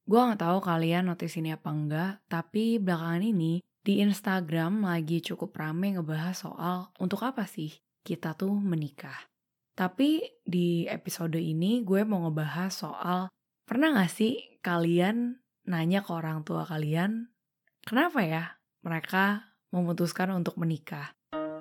Gue nggak tahu kalian notice ini apa enggak, tapi belakangan ini di Instagram lagi cukup rame ngebahas soal untuk apa sih kita tuh menikah. Tapi di episode ini gue mau ngebahas soal pernah gak sih kalian nanya ke orang tua kalian, kenapa ya mereka memutuskan untuk menikah?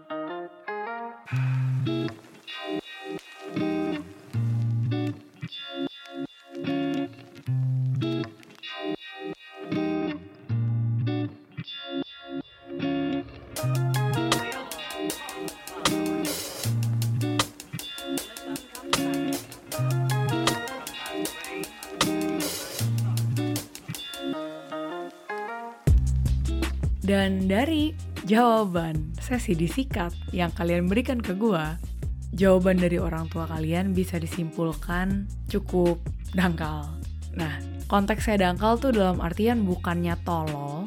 Dan dari jawaban sesi disikat yang kalian berikan ke gue, jawaban dari orang tua kalian bisa disimpulkan cukup dangkal. Nah, konteksnya dangkal tuh dalam artian bukannya tolol,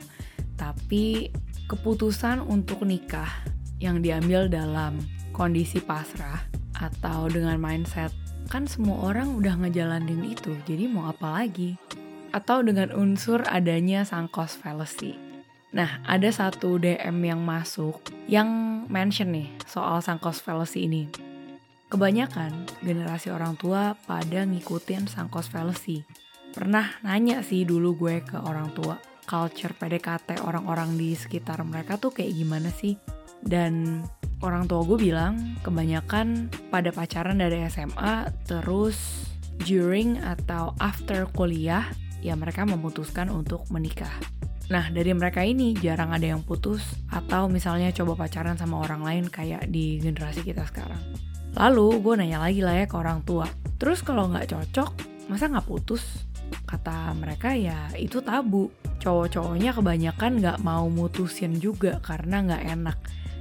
tapi keputusan untuk nikah yang diambil dalam kondisi pasrah atau dengan mindset, kan semua orang udah ngejalanin itu, jadi mau apa lagi? Atau dengan unsur adanya sunk cost fallacy. Nah, ada satu DM yang masuk yang mention nih soal sunk cost fallacy ini. Kebanyakan generasi orang tua pada ngikutin sunk cost fallacy. Pernah nanya sih dulu gue ke orang tua, culture PDKT orang-orang di sekitar mereka tuh kayak gimana sih? Dan orang tua gue bilang kebanyakan pada pacaran dari SMA, terus during atau after kuliah, ya mereka memutuskan untuk menikah. Nah, dari mereka ini jarang ada yang putus atau misalnya coba pacaran sama orang lain kayak di generasi kita sekarang. Lalu gue nanya lagi lah ya ke orang tua, terus kalau nggak cocok, masa nggak putus? Kata mereka ya itu tabu. Cowok-cowoknya kebanyakan nggak mau mutusin juga karena nggak enak.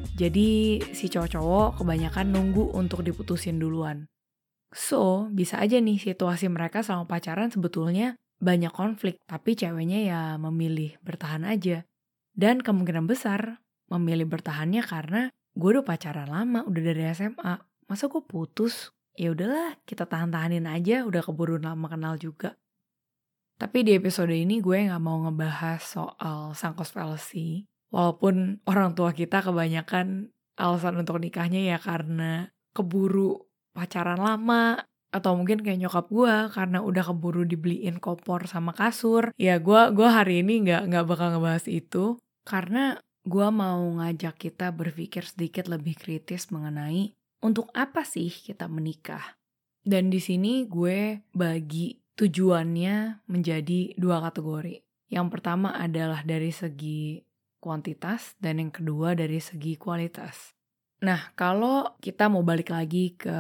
Jadi si cowok-cowok kebanyakan nunggu untuk diputusin duluan. So, bisa aja nih situasi mereka selama pacaran sebetulnya banyak konflik, tapi ceweknya ya memilih bertahan aja. Dan kemungkinan besar memilih bertahannya karena gue udah pacaran lama, udah dari SMA. Masa gue putus? Ya udahlah, kita tahan-tahanin aja, udah keburu lama kenal juga. Tapi di episode ini gue gak mau ngebahas soal sunk cost fallacy. Walaupun orang tua kita kebanyakan alasan untuk nikahnya ya karena keburu pacaran lama, atau mungkin kayak nyokap gue karena udah keburu dibeliin kopor sama kasur. Ya gue hari ini nggak bakal ngebahas itu karena gue mau ngajak kita berpikir sedikit lebih kritis mengenai untuk apa sih kita menikah. Dan di sini gue bagi tujuannya menjadi 2 kategori. Yang pertama adalah dari segi kuantitas dan yang kedua dari segi kualitas. Nah, kalau kita mau balik lagi ke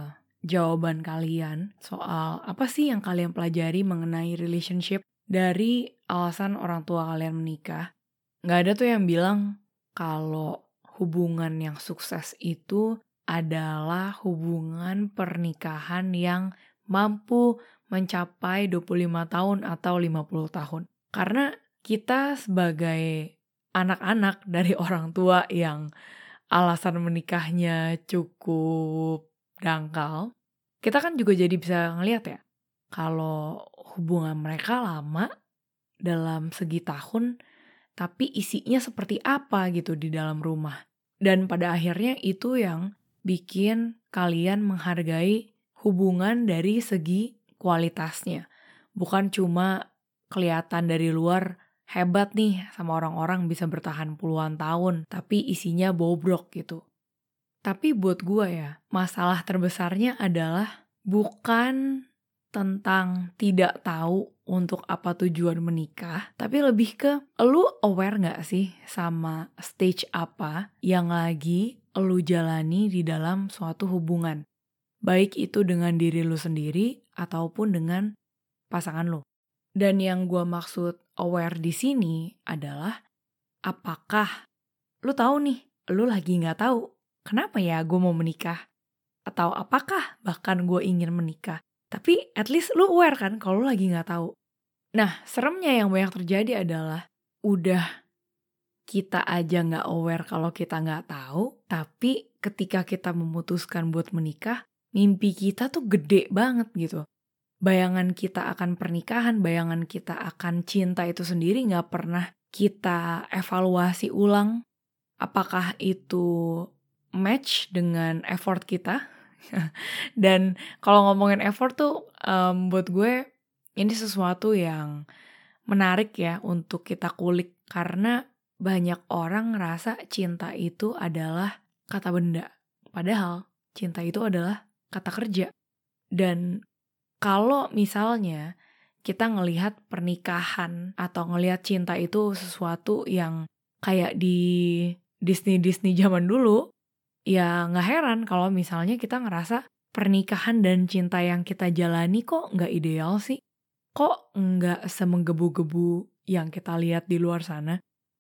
jawaban kalian soal apa sih yang kalian pelajari mengenai relationship dari alasan orang tua kalian menikah. Nggak ada tuh yang bilang kalau hubungan yang sukses itu adalah hubungan pernikahan yang mampu mencapai 25 tahun atau 50 tahun. Karena kita sebagai anak-anak dari orang tua yang alasan menikahnya cukup dangkal, kita kan juga jadi bisa ngeliat ya, kalau hubungan mereka lama dalam segi tahun, tapi isinya seperti apa gitu di dalam rumah. Dan pada akhirnya itu yang bikin kalian menghargai hubungan dari segi kualitasnya. Bukan cuma kelihatan dari luar hebat nih sama orang-orang bisa bertahan puluhan tahun, tapi isinya bobrok gitu. Tapi buat gue ya, masalah terbesarnya adalah bukan tentang tidak tahu untuk apa tujuan menikah, tapi lebih ke lu aware gak sih sama stage apa yang lagi lu jalani di dalam suatu hubungan. Baik itu dengan diri lu sendiri ataupun dengan pasangan lu. Dan yang gue maksud aware di sini adalah apakah lu tahu nih, lu lagi gak tahu kenapa ya gue mau menikah? Atau apakah bahkan gue ingin menikah? Tapi at least lu aware kan kalau lu lagi gak tahu. Nah, seremnya yang banyak terjadi adalah udah kita aja gak aware kalau kita gak tahu, tapi ketika kita memutuskan buat menikah, mimpi kita tuh gede banget gitu. bayangan kita akan pernikahan, bayangan kita akan cinta itu sendiri gak pernah kita evaluasi ulang. Apakah itu match dengan effort kita? Dan kalau ngomongin effort tuh buat gue ini sesuatu yang menarik ya untuk kita kulik. Karena banyak orang ngerasa cinta itu adalah kata benda. Padahal cinta itu adalah kata kerja. Dan kalau misalnya kita ngelihat pernikahan atau ngelihat cinta itu sesuatu yang kayak di Disney zaman dulu, ya gak heran kalau misalnya kita ngerasa pernikahan dan cinta yang kita jalani kok gak ideal sih. Kok gak semenggebu-gebu yang kita lihat di luar sana.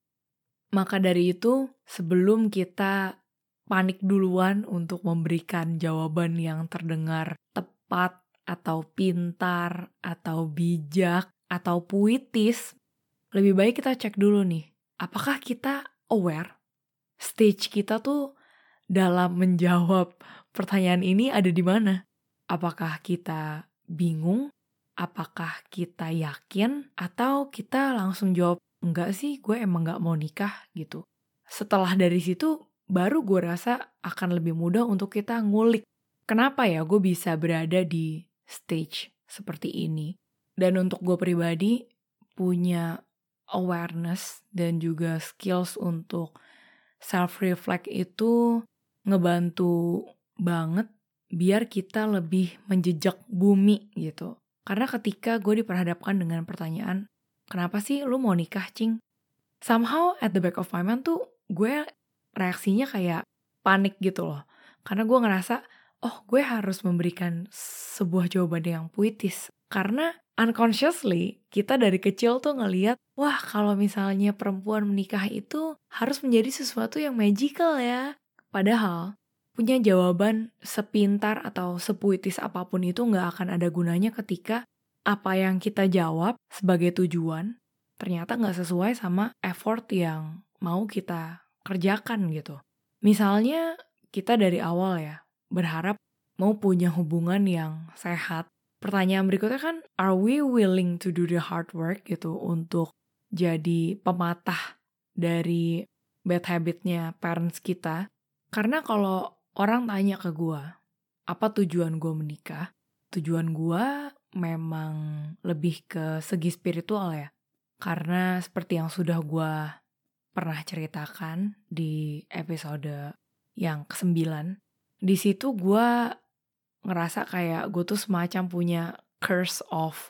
Maka dari itu, sebelum kita panik duluan untuk memberikan jawaban yang terdengar tepat, atau pintar, atau bijak, atau puitis, lebih baik kita cek dulu nih, apakah kita aware stage kita tuh dalam menjawab pertanyaan ini ada di mana? Apakah kita bingung? Apakah kita yakin? Atau kita langsung jawab, enggak sih, gue emang gak mau nikah gitu. Setelah dari situ, baru gue rasa akan lebih mudah untuk kita ngulik. Kenapa ya gue bisa berada di stage seperti ini? Dan untuk gue pribadi, punya awareness dan juga skills untuk self-reflect itu ngebantu banget biar kita lebih menjejak bumi gitu. Karena ketika gue diperhadapkan dengan pertanyaan, kenapa sih lu mau nikah, Cing? Somehow at the back of my mind tuh gue reaksinya kayak panik gitu loh. Karena gue ngerasa, oh gue harus memberikan sebuah jawaban yang puitis. Karena unconsciously kita dari kecil tuh ngelihat, wah kalau misalnya perempuan menikah itu harus menjadi sesuatu yang magical ya. Padahal punya jawaban sepintar atau sepuitis apapun itu gak akan ada gunanya ketika apa yang kita jawab sebagai tujuan ternyata gak sesuai sama effort yang mau kita kerjakan gitu. Misalnya kita dari awal ya berharap mau punya hubungan yang sehat. Pertanyaan berikutnya kan, are we willing to do the hard work gitu untuk jadi pematah dari bad habitnya parents kita? Karena kalau orang tanya ke gue, apa tujuan gue menikah? Tujuan gue memang lebih ke segi spiritual ya. Karena seperti yang sudah gue pernah ceritakan di episode yang ke-9, di situ gue ngerasa kayak gue tuh semacam punya curse of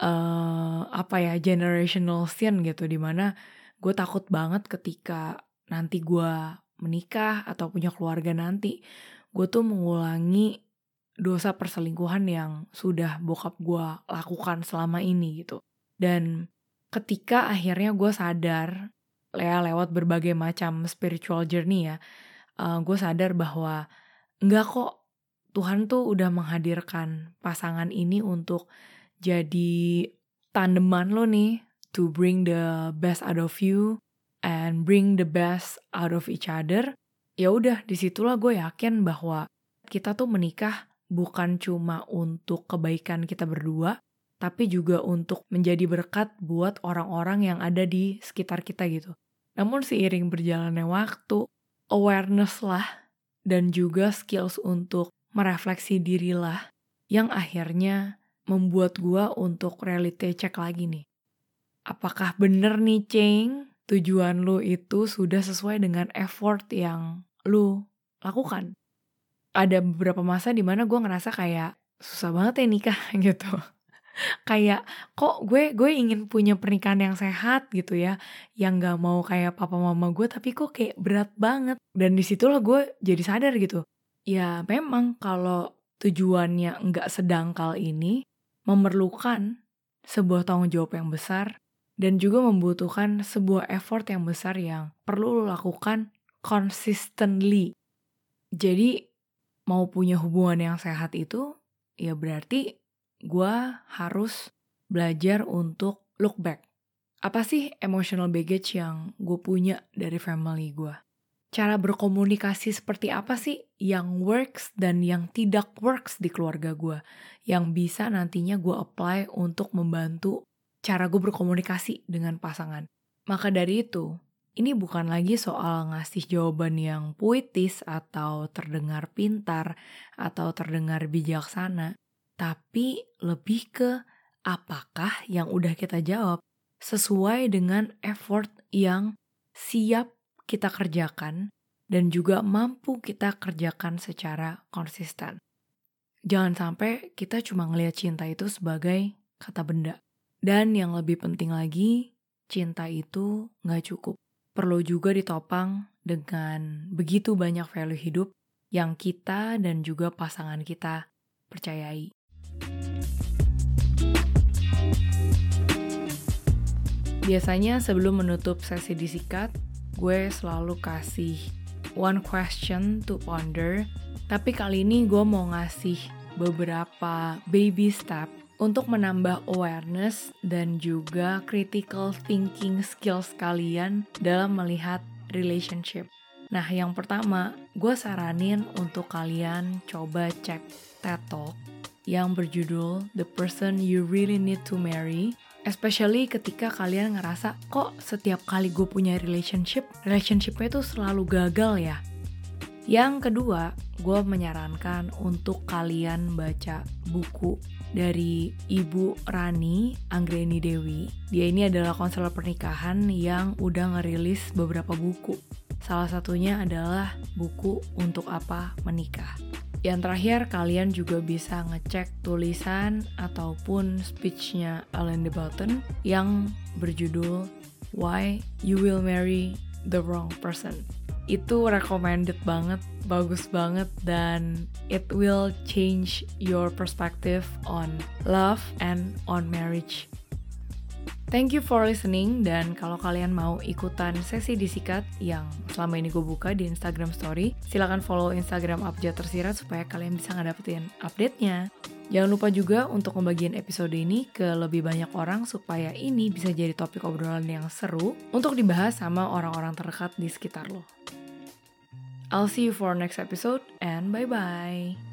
generational sin gitu, dimana gue takut banget ketika nanti gue menikah atau punya keluarga nanti, gue tuh mengulangi dosa perselingkuhan yang sudah bokap gue lakukan selama ini gitu. Dan ketika akhirnya gue sadar lewat berbagai macam spiritual journey ya, gue sadar bahwa enggak kok, Tuhan tuh udah menghadirkan pasangan ini untuk jadi tandeman lo nih, to bring the best out of you and bring the best out of each other. Ya udah, disitulah gue yakin bahwa kita tuh menikah bukan cuma untuk kebaikan kita berdua, tapi juga untuk menjadi berkat buat orang-orang yang ada di sekitar kita gitu. Namun seiring berjalannya waktu, awareness lah dan juga skills untuk merefleksi dirilah yang akhirnya membuat gue untuk reality check lagi nih. Apakah bener nih, Ceng, tujuan lu itu sudah sesuai dengan effort yang lu lakukan? Ada beberapa masa dimana gue ngerasa kayak susah banget ya nikah gitu. Kayak kok gue ingin punya pernikahan yang sehat gitu ya, yang gak mau kayak papa mama gue, tapi kok kayak berat banget. Dan disitulah gue jadi sadar gitu, ya memang kalau tujuannya gak sedangkal ini, memerlukan sebuah tanggung jawab yang besar, dan juga membutuhkan sebuah effort yang besar yang perlu lo lakukan consistently. Jadi mau punya hubungan yang sehat itu, ya berarti gue harus belajar untuk look back. Apa sih emotional baggage yang gue punya dari family gue? cara berkomunikasi seperti apa sih yang works dan yang tidak works di keluarga gue, yang bisa nantinya gue apply untuk membantu cara gue berkomunikasi dengan pasangan. Maka dari itu, ini bukan lagi soal ngasih jawaban yang puitis atau terdengar pintar atau terdengar bijaksana, tapi lebih ke apakah yang udah kita jawab sesuai dengan effort yang siap kita kerjakan dan juga mampu kita kerjakan secara konsisten. Jangan sampai kita cuma ngelihat cinta itu sebagai kata benda. Dan yang lebih penting lagi, cinta itu gak cukup. Perlu juga ditopang dengan begitu banyak value hidup yang kita dan juga pasangan kita percayai. Biasanya sebelum menutup sesi disikat, gue selalu kasih one question to ponder. Tapi kali ini gue mau ngasih beberapa baby step untuk menambah awareness dan juga critical thinking skills kalian dalam melihat relationship. Nah, yang pertama, gue saranin untuk kalian coba cek TED Talk yang berjudul The Person You Really Need to Marry. Especially ketika kalian ngerasa, kok setiap kali gue punya relationshipnya tuh selalu gagal ya. Yang kedua, gue menyarankan untuk kalian baca buku dari Ibu Rani Anggreni Dewi. Dia ini adalah konselor pernikahan yang udah ngerilis beberapa buku. Salah satunya adalah buku Untuk Apa Menikah. Yang terakhir, kalian juga bisa ngecek tulisan ataupun speech-nya Alain de Botton yang berjudul Why You Will Marry the Wrong Person. Itu recommended banget, bagus banget, dan it will change your perspective on love and on marriage. Thank you for listening, dan kalau kalian mau ikutan sesi disikat yang selama ini gue buka di Instagram Story, silakan follow Instagram Abjad Tersirat supaya kalian bisa ngedapetin update-nya. Jangan lupa juga untuk membagiin episode ini ke lebih banyak orang supaya ini bisa jadi topik obrolan yang seru untuk dibahas sama orang-orang terdekat di sekitar lo. I'll see you for next episode and bye-bye.